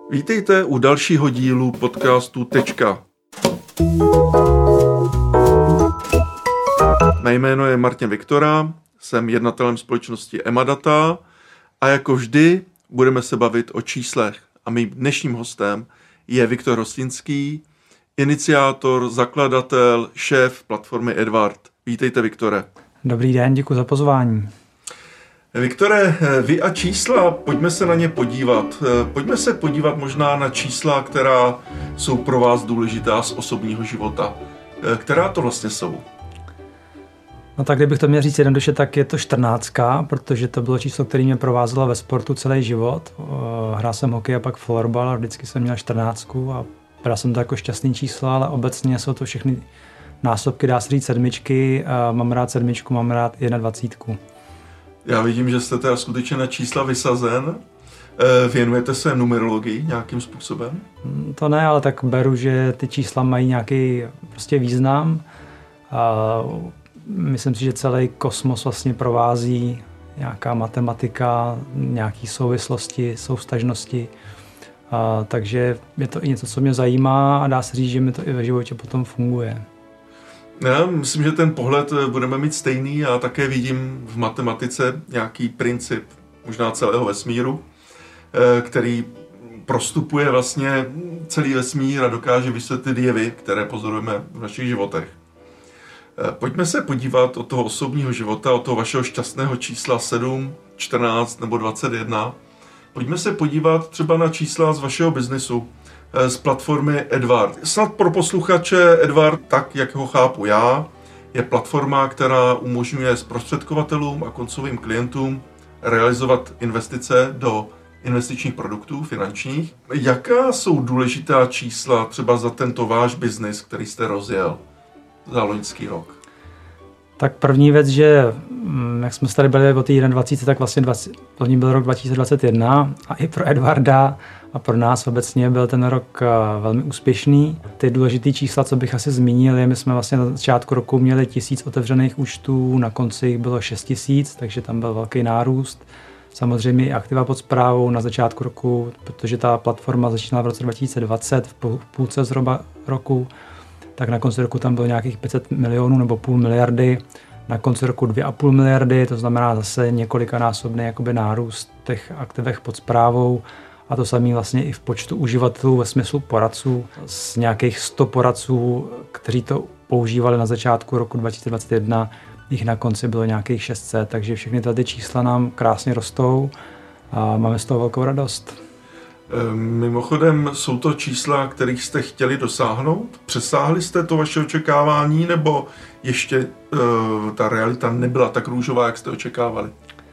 Vítejte u dalšího dílu podcastu Tečka. Mé jméno je Martin Viktora, jsem jednatelem společnosti Emadata a jako vždy budeme se bavit o číslech. A mým dnešním hostem je Viktor Hostinský, iniciátor, zakladatel, šéf platformy Edward. Vítejte, Viktore. Dobrý den, děkuji za pozvání. Viktore, vy a čísla, pojďme se na ně podívat. Pojďme se podívat možná na čísla, která jsou pro vás důležitá z osobního života. Která to vlastně jsou? No tak kdybych to měl říct jednoduše, tak je to 14, protože to bylo číslo, které mě provázelo ve sportu celý život. Hrál jsem hokej a pak florbal a vždycky jsem měl 14 a bral jsem to jako šťastný číslo, ale obecně jsou to všechny násobky, dá se říct sedmičky. Mám rád sedmičku, mám rád 21. Já vidím, že jste teda skutečně na čísla vysazen. Věnujete se numerologii nějakým způsobem? To ne, ale tak beru, že ty čísla mají nějaký prostě význam. Myslím si, že celý kosmos vlastně provází nějaká matematika, nějaké souvislosti, souvztažnosti. Takže je to i něco, co mě zajímá a dá se říct, že mi to i ve životě potom funguje. Já myslím, že ten pohled budeme mít stejný a také vidím v matematice nějaký princip možná celého vesmíru, který prostupuje vlastně celý vesmír a dokáže vysvětlit jevy, které pozorujeme v našich životech. Pojďme se podívat od toho osobního života, od toho vašeho šťastného čísla 7, 14 nebo 21. Pojďme se podívat třeba na čísla z vašeho biznesu, z platformy Edward. Snad pro posluchače Edward, tak jak ho chápu já, je platforma, která umožňuje zprostředkovatelům a koncovým klientům realizovat investice do investičních produktů finančních. Jaká jsou důležitá čísla třeba za tento váš biznis, který jste rozjel za loňský rok? Tak první věc, že jak jsme se tady byli o té 21, tak vlastně loni byl rok 2021 a i pro Edwarda a pro nás obecně byl ten rok velmi úspěšný. Ty důležité čísla, co bych asi zmínil, je, my jsme vlastně na začátku roku měli 1000 otevřených účtů, na konci jich bylo 6000, takže tam byl velký nárůst. Samozřejmě i aktiva pod správou na začátku roku, protože ta platforma začínala v roce 2020, v půlce zhruba roku, tak na konci roku tam bylo nějakých 500 milionů nebo půl miliardy, na konci roku 2,5 miliardy, to znamená zase několikanásobný jakoby nárůst těch aktivech pod správou a to samé vlastně i v počtu uživatelů ve smyslu poradců. Z nějakých 100 poradců, kteří to používali na začátku roku 2021, jich na konci bylo nějakých 600, takže všechny ty čísla nám krásně rostou a máme z toho velkou radost. Mimochodem, jsou to čísla, kterých jste chtěli dosáhnout? Přesáhli jste to vaše očekávání, nebo ještě ta realita nebyla tak růžová, jak jste očekávali?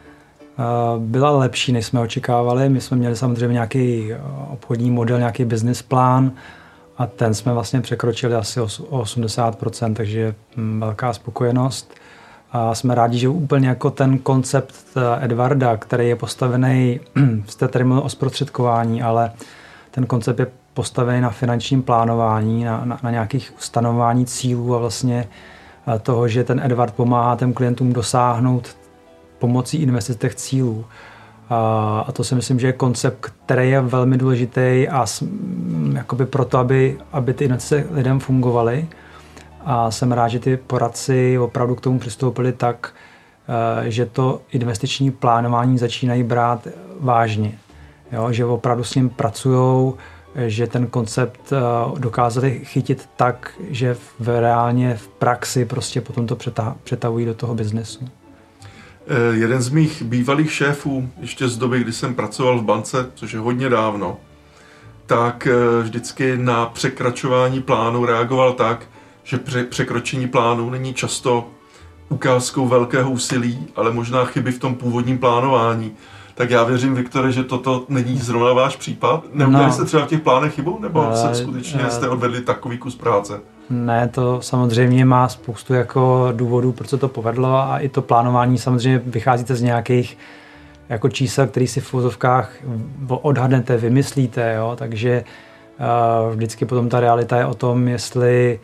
Byla lepší, než jsme očekávali. My jsme měli samozřejmě nějaký obchodní model, nějaký business plán a ten jsme vlastně překročili asi o 80%, takže velká spokojenost. A jsme rádi, že úplně jako ten koncept Edwarda, který je postavený, jste tady mluvil o zprostředkování, ale ten koncept je postavený na finančním plánování, na nějakých stanovování cílů a vlastně toho, že ten Edward pomáhá těm klientům dosáhnout pomocí investic těch cílů. A to si myslím, že je koncept, který je velmi důležitý a jakoby proto, aby ty investice lidem fungovaly. A jsem rád, že ty poradci opravdu k tomu přistoupili tak, že to investiční plánování začínají brát vážně. Jo, že opravdu s ním pracujou, že ten koncept dokázali chytit tak, že reálně v praxi prostě potom to přetavují do toho biznesu. Jeden z mých bývalých šéfů, ještě z doby, kdy jsem pracoval v bance, což je hodně dávno, tak vždycky na překračování plánu reagoval tak, že překročení plánu není často ukázkou velkého úsilí, ale možná chyby v tom původním plánování. Tak já věřím, Viktore, že toto není zrovna váš případ. Neudělali jste třeba v těch plánech chybu, nebo se skutečně jste odvedli takový kus práce? Ne, to samozřejmě má spoustu jako důvodů, proč se to povedlo a i to plánování samozřejmě vycházíte z nějakých jako čísel, který si v uvozovkách odhadnete, vymyslíte, jo? Takže vždycky potom ta realita je o tom, jestli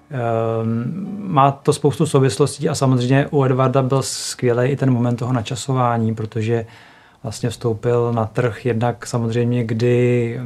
má to spoustu souvislostí a samozřejmě u Edwarda byl skvělý i ten moment toho načasování, protože vlastně vstoupil na trh jednak samozřejmě, kdy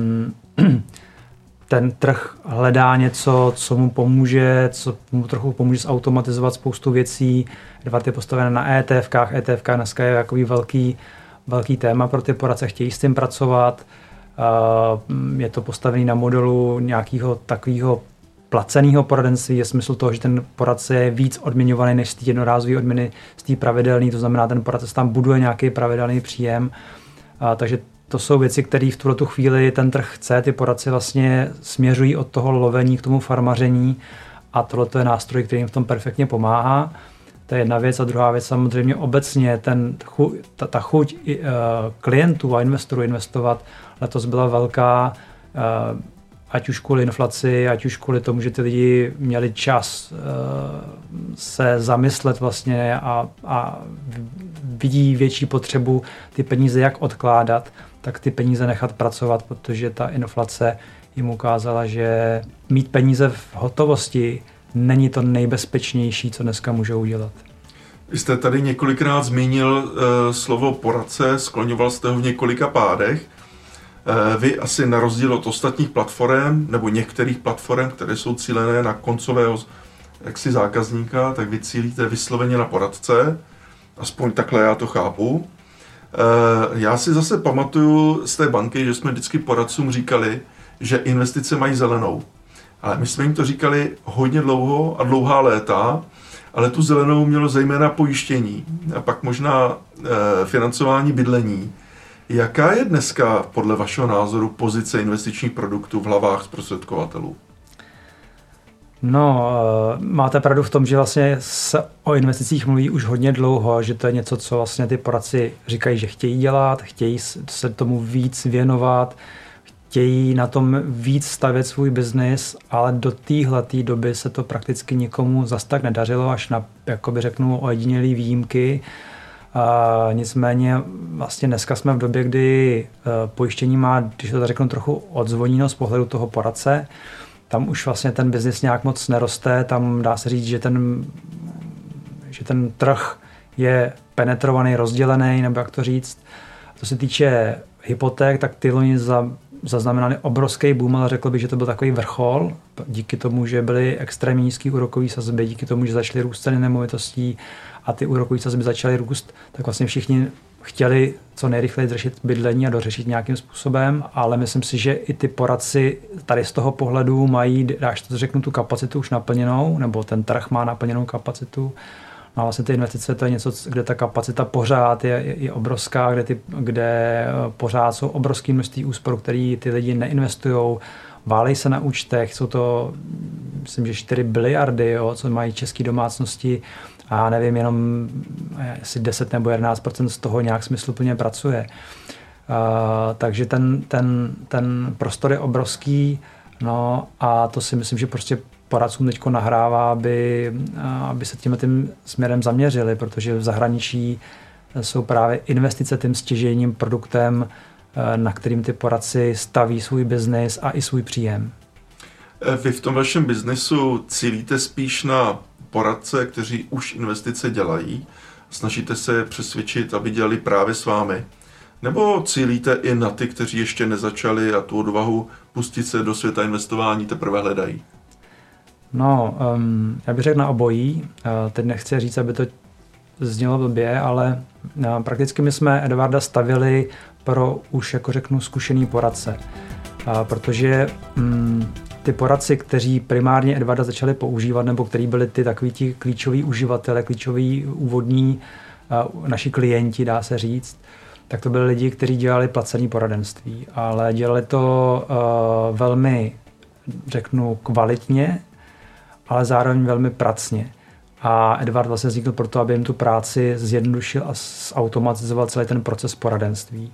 ten trh hledá něco, co mu pomůže, co mu trochu pomůže zautomatizovat spoustu věcí. Edward je postaven na ETFkách. ETF dneska je takový velký téma pro ty poradce, chtějí s tím pracovat. Je to postavený na modelu nějakého takového placeného poradenství, je smysl toho, že ten poradce je víc odměňovaný než z té jednorázové odměny, z té pravidelné, to znamená, ten poradce tam buduje nějaký pravidelný příjem. Takže to jsou věci, které v tuto chvíli ten trh chce, ty poradci vlastně směřují od toho lovení k tomu farmaření a tohle je nástroj, který jim v tom perfektně pomáhá. To je jedna věc a druhá věc samozřejmě obecně ta chuť klientů a investorů investovat letos byla velká, ať už kvůli inflaci, ať už kvůli tomu, že ty lidi měli čas se zamyslet vlastně a vidí větší potřebu ty peníze jak odkládat, tak ty peníze nechat pracovat, protože ta inflace jim ukázala, že mít peníze v hotovosti není to nejbezpečnější, co dneska můžou udělat. Vy jste tady několikrát zmínil slovo poradce, skloňoval jste ho v několika pádech. Vy asi na rozdíl od ostatních platform nebo některých platform, které jsou cílené na koncového zákazníka, tak vy cílíte vysloveně na poradce, aspoň takhle já to chápu. Já si zase pamatuju z té banky, že jsme vždycky poradcům říkali, že investice mají zelenou. Ale my jsme jim to říkali hodně dlouho a dlouhá léta, ale tu zelenou mělo zejména pojištění a pak možná financování bydlení. Jaká je dneska podle vašeho názoru pozice investičních produktů v hlavách zprostředkovatelů? No, máte pravdu v tom, že vlastně se o investicích mluví už hodně dlouho, že to je něco, co vlastně ty poradci říkají, že chtějí dělat, chtějí se tomu víc věnovat, chtějí na tom víc stavět svůj biznis, ale do téhleté doby se to prakticky nikomu zas tak nedařilo, až na, jakoby řeknu, ojedinělý výjimky. Nicméně vlastně dneska jsme v době, kdy pojištění má, když to řeknu, trochu odzvoněno z pohledu toho poradce. Tam už vlastně ten biznis nějak moc neroste, tam dá se říct, že ten trh je penetrovaný, rozdělený, nebo jak to říct. Co se týče hypoték, tak ty loni zaznamenali obrovský boom, ale řekl bych, že to byl takový vrchol. Díky tomu, že byly extrémně nízké úrokové sazby, díky tomu, že začaly růst ceny nemovitostí a ty úrokové sazby začaly růst, tak vlastně všichni chtěli co nejrychleji řešit bydlení a dořešit nějakým způsobem, ale myslím si, že i ty poradci tady z toho pohledu mají, až to řeknu, tu kapacitu už naplněnou, nebo ten trh má naplněnou kapacitu. No a vlastně ty investice, to je něco, kde ta kapacita pořád je obrovská, kde pořád jsou obrovské množství úspor, které ty lidi neinvestujou, válejí se na účtech, jsou to, myslím, že 4 biliardy, jo, co mají české domácnosti a nevím, jenom asi 10 nebo 11% z toho nějak smysluplně pracuje. Takže ten prostor je obrovský, no a to si myslím, že prostě poradcům teďko nahrává, aby se tím směrem zaměřili, protože v zahraničí jsou právě investice tím stěžejním produktem, na kterým ty poradci staví svůj biznis a i svůj příjem. Vy v tom vašem biznesu cílíte spíš na poradce, kteří už investice dělají, snažíte se přesvědčit, aby dělali právě s vámi, nebo cílíte i na ty, kteří ještě nezačali a tu odvahu pustit se do světa investování teprve hledají? No, já bych řekl na obojí. Teď nechci říct, aby to znělo blbě, ale prakticky my jsme Edwarda stavili pro už, jako řeknu, zkušený poradce. Protože ty poradci, kteří primárně Edwarda začali používat, nebo kteří byli ty takový ti klíčoví uživatele, klíčoví úvodní naši klienti, dá se říct, tak to byli lidi, kteří dělali placené poradenství, ale dělali to velmi, řeknu, kvalitně, ale zároveň velmi pracně. A Edward vlastně vznikl proto, aby jim tu práci zjednodušil a zautomatizoval celý ten proces poradenství.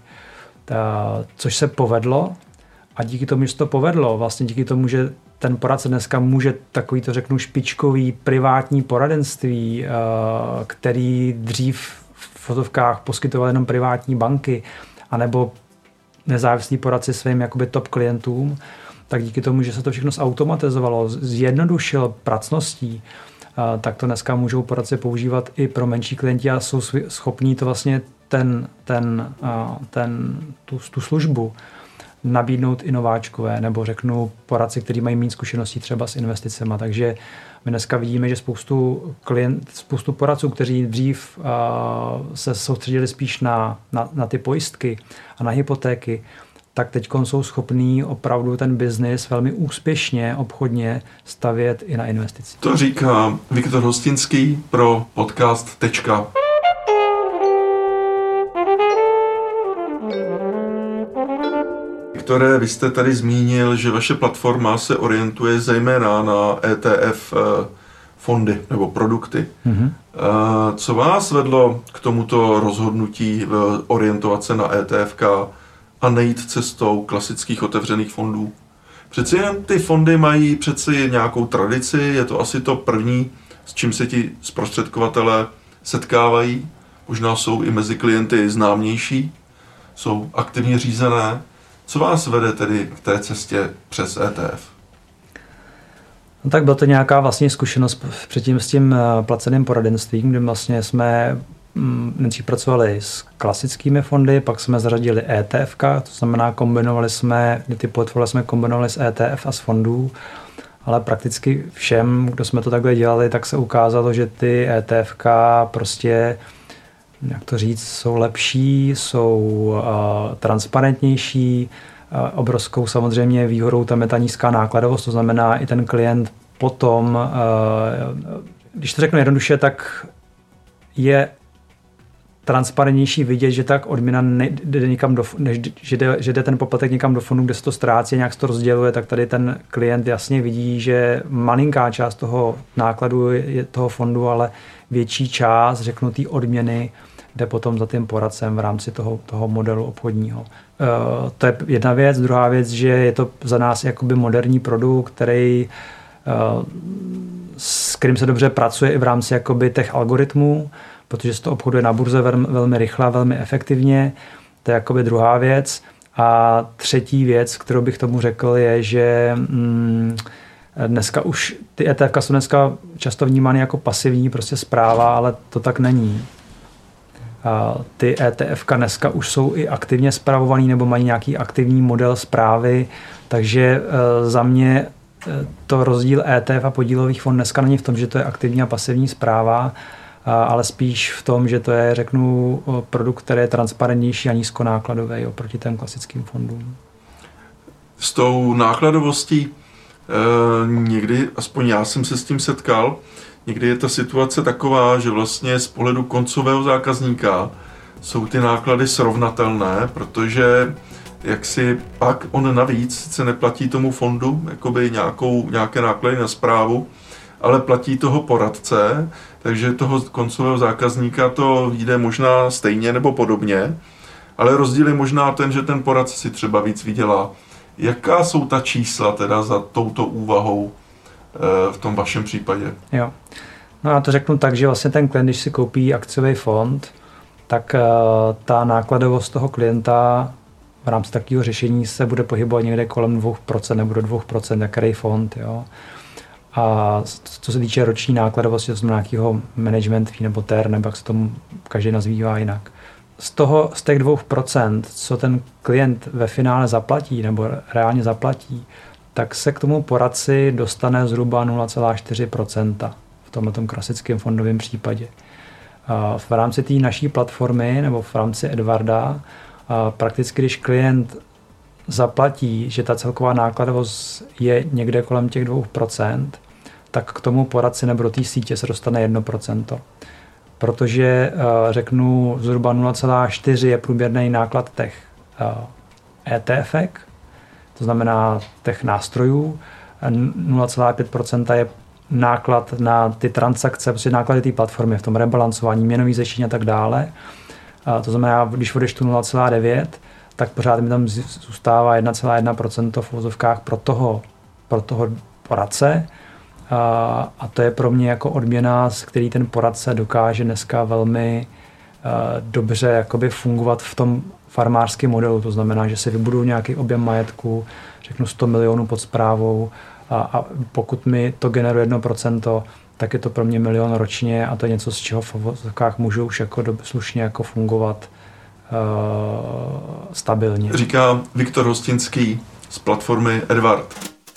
Což se povedlo a díky tomu, že se to povedlo, vlastně díky tomu, že ten poradce dneska může takový, to řeknu, špičkový privátní poradenství, který dřív v fotovkách poskytoval jenom privátní banky, anebo nezávislí poradci svým jakoby top klientům, tak díky tomu, že se to všechno zautomatizovalo, zjednodušilo pracností tak to dneska můžou poradci používat i pro menší klienti a jsou schopní to vlastně tu službu nabídnout i nováčkové, nebo řeknu poradci, kteří mají méně zkušeností třeba s investicemi. Takže my dneska vidíme, že spoustu poradců, kteří dřív se soustředili spíš na ty pojistky a na hypotéky, tak teď jsou schopní opravdu ten biznis velmi úspěšně, obchodně stavět i na investici. To říká Viktor Hostinský pro podcast Tečka. Viktore, vy jste tady zmínil, že vaše platforma se orientuje zejména na ETF fondy nebo produkty. Mm-hmm. Co vás vedlo k tomuto rozhodnutí orientovat se na ETFK a nejít cestou klasických otevřených fondů? Přeci jen ty fondy mají přeci nějakou tradici, je to asi to první, s čím se ti zprostředkovatelé setkávají. Možná jsou i mezi klienty známější, jsou aktivně řízené. Co vás vede tedy k té cestě přes ETF? No tak byla to nějaká vlastně zkušenost předtím s tím placeným poradenstvím, kdy vlastně jsme nejdřív pracovali s klasickými fondy, pak jsme zařadili ETF, to znamená ty portfolia jsme kombinovali s ETF a s fondů, ale prakticky všem, kdo jsme to takhle dělali, tak se ukázalo, že ty ETF prostě, jak to říct, jsou lepší, jsou transparentnější, obrovskou samozřejmě výhodou tam je ta nízká nákladovost, to znamená i ten klient potom, když to řeknu jednoduše, tak je transparentnější vidět, že tak odměna jde někam že jde ten poplatek někam do fondu, kde se to ztrácí, nějak se to rozděluje, tak tady ten klient jasně vidí, že malinká část toho nákladu je toho fondu, ale větší část, řeknu, té odměny jde potom za tím poradcem v rámci toho modelu obchodního. To je jedna věc. Druhá věc, že je to za nás jakoby moderní produkt, s kterým se dobře pracuje i v rámci jakoby těch algoritmů, protože se to obchoduje na burze velmi rychle, velmi efektivně. To je jakoby druhá věc. A třetí věc, kterou bych tomu řekl, je, že dneska už ty ETF jsou dneska často vnímány jako pasivní prostě správa, ale to tak není. Ty ETF dneska už jsou i aktivně spravovaný nebo mají nějaký aktivní model správy, takže za mě to rozdíl ETF a podílových fond dneska není v tom, že to je aktivní a pasivní správa, ale spíš v tom, že to je, řeknu, produkt, který je transparentnější a nízkonákladový oproti těm klasickým fondům. S tou nákladovostí někdy, aspoň já jsem se s tím setkal, někdy je ta situace taková, že vlastně z pohledu koncového zákazníka jsou ty náklady srovnatelné, protože jak si pak on navíc se neplatí tomu fondu jakoby nějaké náklady na správu, ale platí toho poradce, takže toho koncového zákazníka to vyjde možná stejně nebo podobně, ale rozdíl je možná ten, že ten poradce si třeba víc vydělá. Jaká jsou ta čísla teda za touto úvahou v tom vašem případě? Jo. No já to řeknu tak, že vlastně ten klient, když si koupí akciový fond, tak ta nákladovost toho klienta v rámci takového řešení se bude pohybovat někde kolem 2% nebo do 2%, jaký fond. Jo. A co se týče roční nákladovosti, to znamená nějakého management fee nebo TER, nebo jak se tomu každý nazývá jinak. Z těch 2%, co ten klient ve finále zaplatí nebo reálně zaplatí, tak se k tomu poradci dostane zhruba 0,4% v tomto klasickém fondovém případě. V rámci té naší platformy nebo v rámci Edwarda prakticky, když klient zaplatí, že ta celková nákladovost je někde kolem těch 2%, tak k tomu poradci nebo do té sítě se dostane 1%. Protože řeknu zhruba 0,4 je průměrný náklad těch ETF, to znamená těch nástrojů, 0,5% je náklad na ty transakce, prostě náklady té platformy v tom rebalancování, měnový zajištění a tak dále. To znamená, když odečtu 0,9, tak pořád mi tam zůstává 1,1% v uvozovkách pro toho poradce. A to je pro mě jako odměna, s který ten poradce dokáže dneska velmi dobře jakoby fungovat v tom farmářském modelu. To znamená, že si vybuduju nějaký objem majetku, řeknu 100 milionů pod správou a pokud mi to generuje 1%, tak je to pro mě 1 milion ročně a to je něco, z čeho v uvozovkách můžu už jako slušně jako fungovat stabilně. Říká Viktor Hostinský z platformy Edward.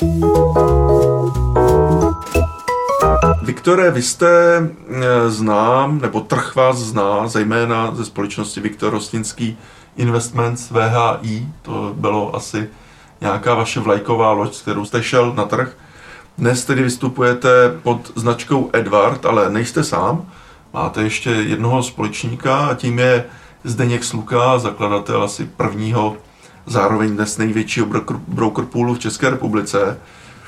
Viktore, vy jste znám, nebo trh vás zná, zejména ze společnosti Viktor Hostinský Investments VHI, to bylo asi nějaká vaše vlajková loď, s kterou jste šel na trh. Dnes tedy vystupujete pod značkou Edward, ale nejste sám, máte ještě jednoho společníka a tím je Zdeněk Sluka, zakladatel asi prvního, zároveň dnes největšího broker poolu v České republice.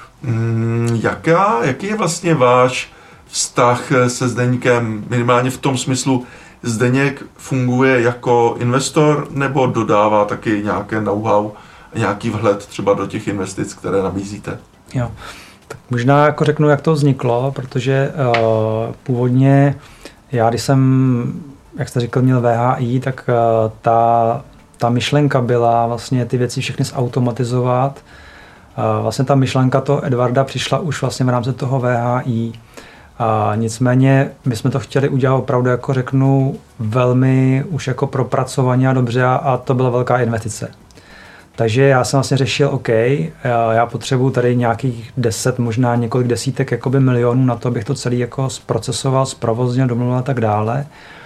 Jaký je vlastně váš vztah se Zdeňkem, minimálně v tom smyslu, Zdeněk funguje jako investor nebo dodává taky nějaké know-how, nějaký vhled třeba do těch investic, které nabízíte? Jo, tak možná jako řeknu, jak to vzniklo, protože původně já, když jsem, jak jste říkal, měl VHI, tak ta myšlenka byla vlastně ty věci všechny zautomatizovat. Vlastně ta myšlenka toho Edwarda přišla už vlastně v rámci toho VHI. Nicméně my jsme to chtěli udělat opravdu, jako řeknu, velmi už jako propracovaně a dobře a to byla velká investice. Takže já jsem vlastně řešil, OK, já potřebuji tady nějakých 10, možná několik desítek jakoby milionů na to, abych to celý jako zprocesoval, zprovoznil, domluvil a tak dále.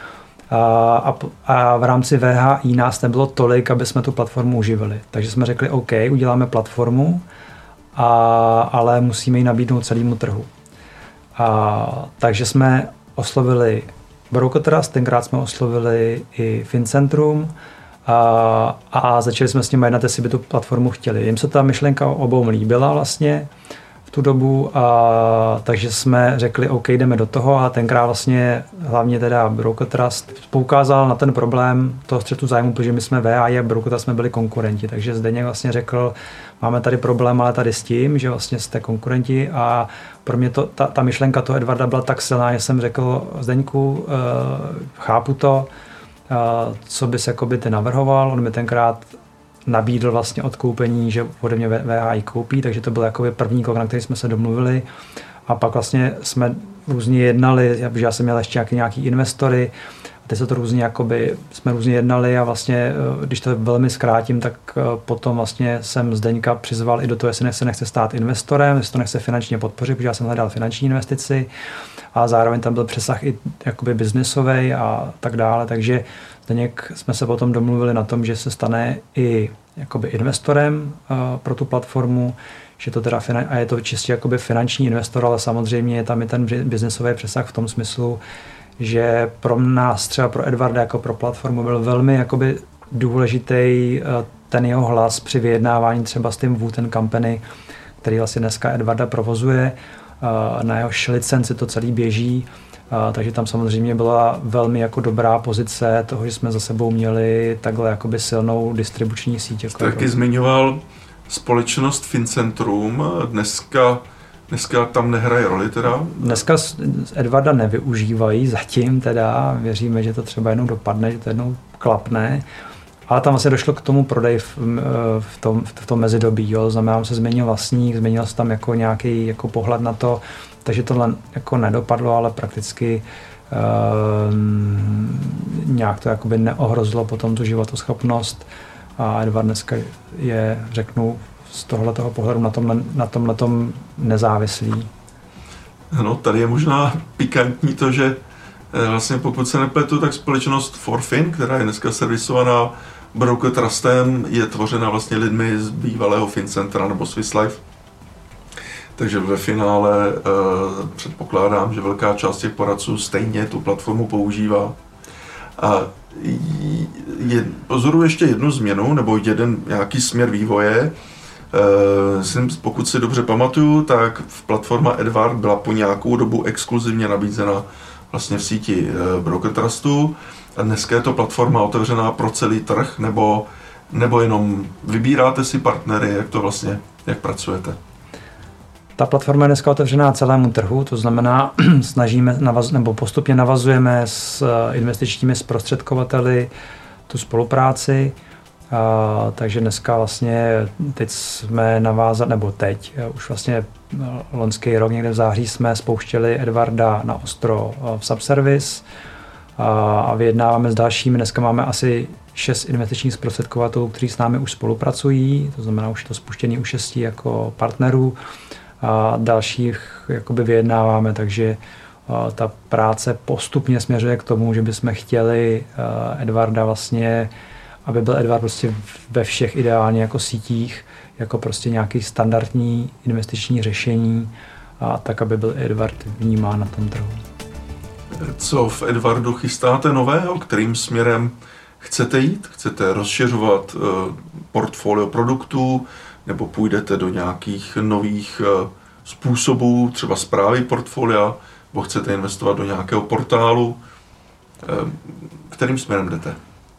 A v rámci VHI nás nebylo tolik, aby jsme tu platformu uživili. Takže jsme řekli, OK, uděláme platformu, ale musíme ji nabídnout celému trhu. Takže jsme oslovili Broker Trust, tenkrát jsme oslovili i Fincentrum a začali jsme s nimi jednat, jestli by tu platformu chtěli. Jim se ta myšlenka obou líbila vlastně v tu dobu, takže jsme řekli, OK, jdeme do toho a tenkrát vlastně hlavně teda Broker Trust poukázal na ten problém toho střetu zájmu, protože my jsme VAI a Broker Trust jsme byli konkurenti, takže Zdeněk vlastně řekl, máme tady problém, ale tady s tím, že vlastně jste konkurenti a pro mě ta myšlenka toho Edwarda byla tak silná, že jsem řekl Zdeňku, chápu to, co bys jakoby ty navrhoval, on mi tenkrát nabídl vlastně odkoupení, že ode mě VHI koupí, takže to byl jakoby první krok, na který jsme se domluvili a pak vlastně jsme různě jednali, protože já jsem měl ještě nějaký investory a teď se to různě jakoby, jsme různě jednali a vlastně, když to velmi zkrátím, tak potom vlastně jsem Zdeňka přizval i do toho, jestli se nechce stát investorem, jestli to nechce finančně podpořit, protože já jsem hledal finanční investici a zároveň tam byl přesah i jakoby biznesový a tak dále, takže Zdeněk jsme se potom domluvili na tom, že se stane i jakoby investorem pro tu platformu, že to teda a je to čistě jakoby finanční investor, ale samozřejmě je tam i ten biznesový přesah v tom smyslu, že pro nás třeba pro Edwarda jako pro platformu byl velmi jakoby důležitý ten jeho hlas při vyjednávání třeba s tím Wooten Company, který vlastně dneska Edwarda provozuje, na jehož licenci to celý běží. Takže tam samozřejmě byla velmi jako dobrá pozice toho, že jsme za sebou měli takhle jakoby silnou distribuční síť. Jste taky zmiňoval společnost Fincentrum, dneska tam nehraje roli teda? Dneska Edwarda nevyužívají zatím teda, věříme, že to třeba jednou dopadne, že to jednou klapne, ale tam vlastně došlo k tomu prodeji v tom mezidobí, jo, znamená, že se změnil vlastník, změnil se tam jako nějaký jako pohled na to, takže tohle jako nedopadlo, ale prakticky nějak to jakoby neohrozilo potom tu životoschopnost a Edward dneska je, řeknu, z tohoto pohledu na tomhletom nezávislý. No, tady je možná pikantní to, že vlastně pokud se nepletu, tak společnost Forfin, která je dneska servisovaná Broker Trustem, je tvořena vlastně lidmi z bývalého Fincentra nebo Swiss Life. Takže ve finále předpokládám, že velká část těch poradců stejně tu platformu používá. A pozoruji ještě jednu změnu, nebo jeden nějaký směr vývoje. Pokud si dobře pamatuju, tak platforma Edward byla po nějakou dobu exkluzivně nabízena vlastně v síti Broker Trustu. A dneska je to platforma otevřená pro celý trh, nebo jenom vybíráte si partnery, jak pracujete? Ta platforma je dneska otevřená celému trhu, to znamená, postupně navazujeme s investičními zprostředkovateli tu spolupráci. Takže dneska vlastně teď jsme navázali, nebo teď, už vlastně loňský rok někde v září jsme spouštěli Edwarda na ostro v Subservice a vyjednáváme s dalšími. Dneska máme asi 6 investičních zprostředkovatelů, kteří s námi už spolupracují, to znamená už je to spuštěný u 6 jako partnerů a dalších jakoby vyjednáváme, takže ta práce postupně směřuje k tomu, že bychom chtěli Edwarda vlastně, aby byl Edward prostě ve všech ideálně jako sítích, jako prostě nějaký standardní investiční řešení a tak, aby byl Edward vnímán na tom trhu. Co v Edwardu chystáte nového? Kterým směrem chcete jít? Chcete rozšiřovat portfolio produktů nebo půjdete do nějakých nových způsobů, třeba správy portfolia, nebo chcete investovat do nějakého portálu? Kterým směrem jdete?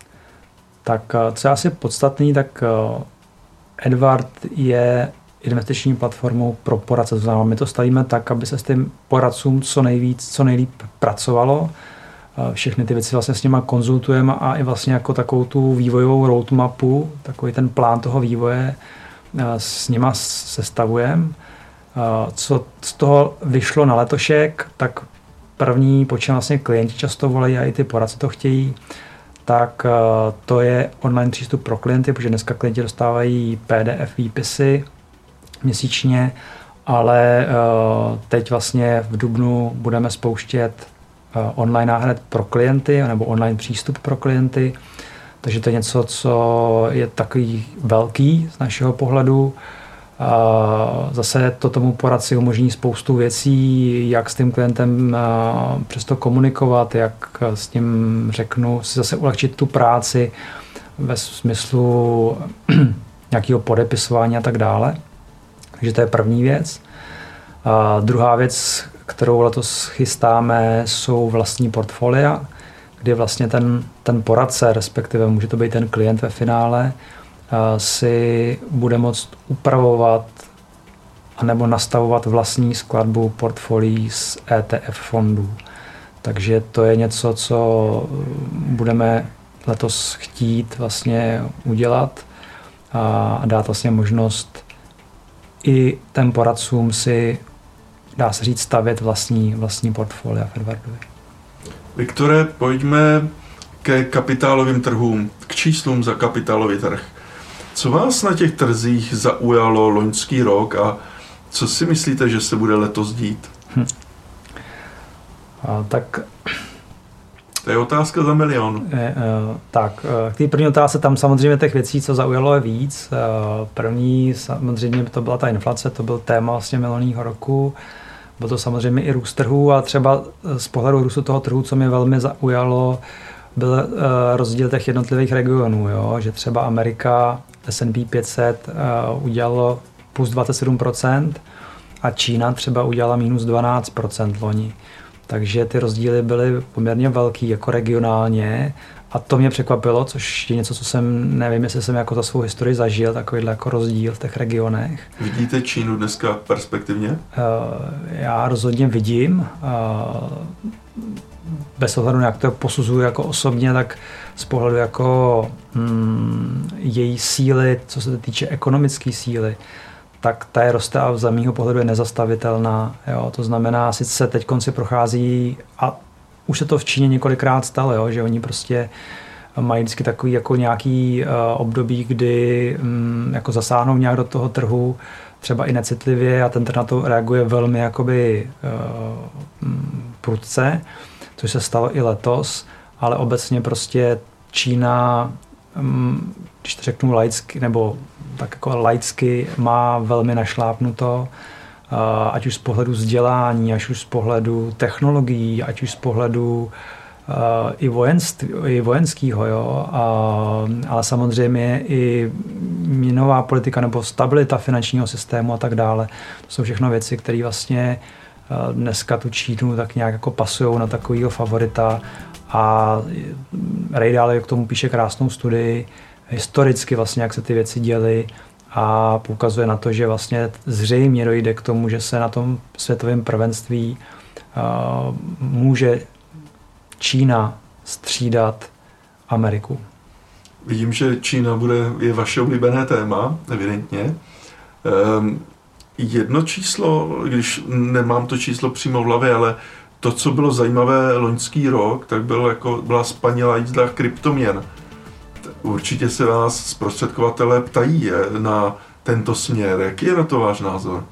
Tak co je asi podstatný, tak Edward je investiční platformou pro poradce. To znamená, my to stavíme tak, aby se s tím poradcům co nejlíp pracovalo. Všechny ty věci vlastně s nima konzultujeme a i vlastně jako takovou tu vývojovou roadmapu, takový ten plán toho vývoje s nima sestavujeme. Co z toho vyšlo na letošek, tak první, po čem vlastně klienti často volají a i ty poradci to chtějí, tak to je online přístup pro klienty, protože dneska klienti dostávají PDF výpisy měsíčně, ale teď vlastně v dubnu budeme spouštět online náhled pro klienty nebo online přístup pro klienty, takže to je něco, co je takový velký z našeho pohledu. Zase to tomu poradci umožní spoustu věcí, jak s tím klientem přesto komunikovat, jak s ním řeknu, si zase ulehčit tu práci ve smyslu nějakého podepisování a tak dále. Takže to je první věc. Druhá věc, kterou letos chystáme, jsou vlastní portfolia, kdy vlastně ten poradce, respektive může to být ten klient ve finále, si bude moct upravovat anebo nastavovat vlastní skladbu portfolií z ETF fondů. Takže to je něco, co budeme letos chtít vlastně udělat a dát vlastně možnost i těm poradcům si, dá se říct, stavět vlastní portfolia v Edwardovi. Viktore, pojďme ke kapitálovým trhům, k číslům za kapitálový trh. Co vás na těch trzích zaujalo loňský rok a co si myslíte, že se bude letos dít? Tak to je otázka za milion. Tak, k té první otázce tam samozřejmě těch věcí, co zaujalo, je víc. První samozřejmě to byla ta inflace, to byl téma vlastně minulého roku. Byl to samozřejmě i růst trhů a třeba z pohledu růstu toho trhu, co mě velmi zaujalo, byl rozdíl těch jednotlivých regionů, jo? Že třeba Amerika, S&P 500 udělalo plus 27% a Čína třeba udělala minus 12% loni. Takže ty rozdíly byly poměrně velký jako regionálně a to mě překvapilo, což je něco, co jsem, nevím, jestli jsem jako za svou historii zažil, takovýhle jako rozdíl v těch regionech. Vidíte Čínu dneska perspektivně? Já rozhodně vidím. Bez ohledu na jak to posuzuju jako osobně, tak z pohledu jako její síly, co se týče ekonomické síly, tak ta je roste a z mýho pohledu je nezastavitelná. Jo? To znamená, sice teď konci prochází a už se to v Číně několikrát stalo, jo? Že oni prostě mají vždycky takový jako nějaký období, kdy jako zasáhnou nějak do toho trhu, třeba i necitlivě a ten trh na to reaguje velmi jakoby prudce, což se stalo i letos, ale obecně prostě Čína, když to řeknu laicky, nebo tak jako laicky, má velmi našlápnuto, ať už z pohledu vzdělání, ať už z pohledu technologií, ať už z pohledu i vojenského, jo, ale samozřejmě i měnová politika nebo stabilita finančního systému a tak dále. To jsou všechno věci, které vlastně dneska tu Čínu tak nějak jako pasujou na takovýho favorita a Ray Dalio k tomu píše krásnou studii, historicky vlastně, jak se ty věci děly a poukazuje na to, že vlastně zřejmě dojde k tomu, že se na tom světovém prvenství může Čína střídat Ameriku. Vidím, že Čína je vaše oblíbené téma, evidentně. Jedno číslo, když nemám to číslo přímo v hlavě, ale to, co bylo zajímavé loňský rok, tak byla spanilá jízda kryptoměn. Určitě se vás zprostředkovatelé ptají na tento směr. Jaký je na to váš názor?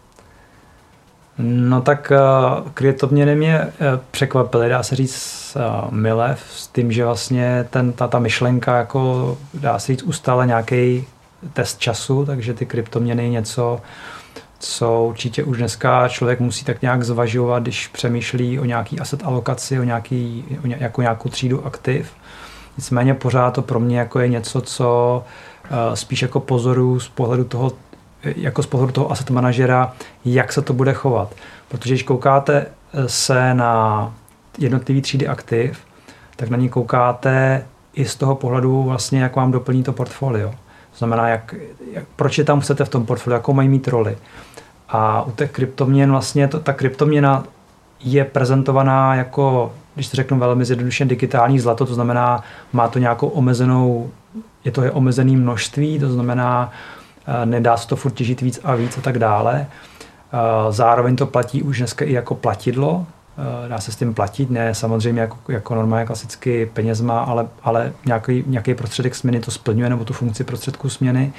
No tak kryptoměny mě překvapily, dá se říct mile, s tím, že vlastně ta myšlenka jako dá se říct ustále nějaký test času, takže ty kryptoměny něco, co určitě už dneska člověk musí tak nějak zvažovat, když přemýšlí o nějaký asset alokaci, jako nějakou třídu aktiv. Nicméně pořád to pro mě jako je něco, co spíš jako pozoruju z pohledu toho asset manažera, jak se to bude chovat. Protože když koukáte se na jednotlivý třídy aktiv, tak na ně koukáte i z toho pohledu vlastně, jak vám doplní to portfolio. To znamená, proč je tam chcete v tom portfoliu, jakou mají mít roli. A u těch kryptoměn vlastně ta kryptoměna je prezentovaná jako, když to řeknu velmi zjednodušeně, digitální zlato, to znamená, má to nějakou omezenou, je omezené množství, to znamená, nedá se to furt těžit víc a víc a tak dále. Zároveň to platí už dneska i jako platidlo, dá se s tím platit, ne samozřejmě jako normálně klasicky penězma, ale nějaký prostředek směny to splňuje, nebo tu funkci prostředku směny.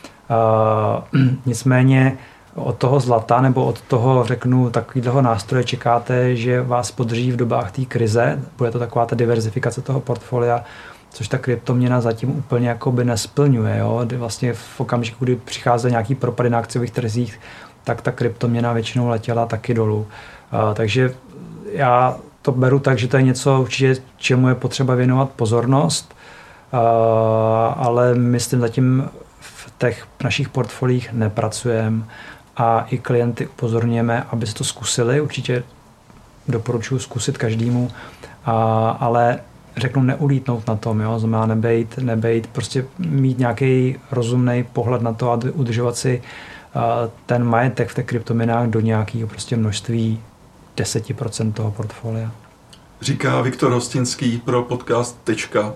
Nicméně od toho zlata nebo od toho, řeknu, takového nástroje čekáte, že vás podrží v dobách té krize, bude to taková ta diverzifikace toho portfolia, což ta kryptoměna zatím úplně jakoby nesplňuje. Jo? Vlastně v okamžiku, kdy přichází nějaký propady na akciových trzích, tak ta kryptoměna většinou letěla taky dolů. Takže já to beru tak, že to je něco určitě, čemu je potřeba věnovat pozornost, ale my s tím zatím v těch našich portfoliích nepracujeme a i klienty upozorňujeme, aby si to zkusili. Určitě doporučuji zkusit každému, ale řeknu neulítnout na tom, jo? Znamená nebejt, prostě mít nějaký rozumný pohled na to a udržovat si ten majetek v těch kryptoměnách do nějakého prostě množství 10% toho portfolia. Říká Viktor Hostinský pro podcast Tečka.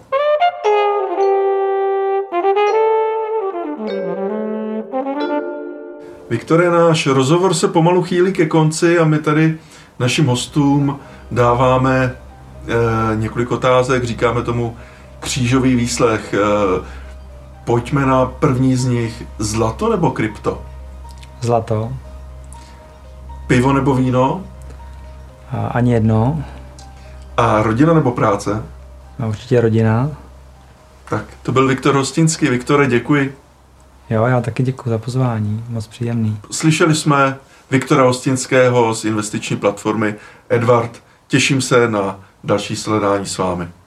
Viktore, náš rozhovor se pomalu chýlí ke konci a my tady našim hostům dáváme několik otázek, říkáme tomu křížový výslech. Pojďme na první z nich. Zlato nebo krypto? Zlato. Pivo nebo víno? Ani jedno. A rodina nebo práce? No, určitě rodina. Tak, to byl Viktor Hostinský. Viktore, děkuji. Jo, já taky děkuji za pozvání, moc příjemný. Slyšeli jsme Viktora Hostinského z investiční platformy Edward. Těším se na další sledání s vámi.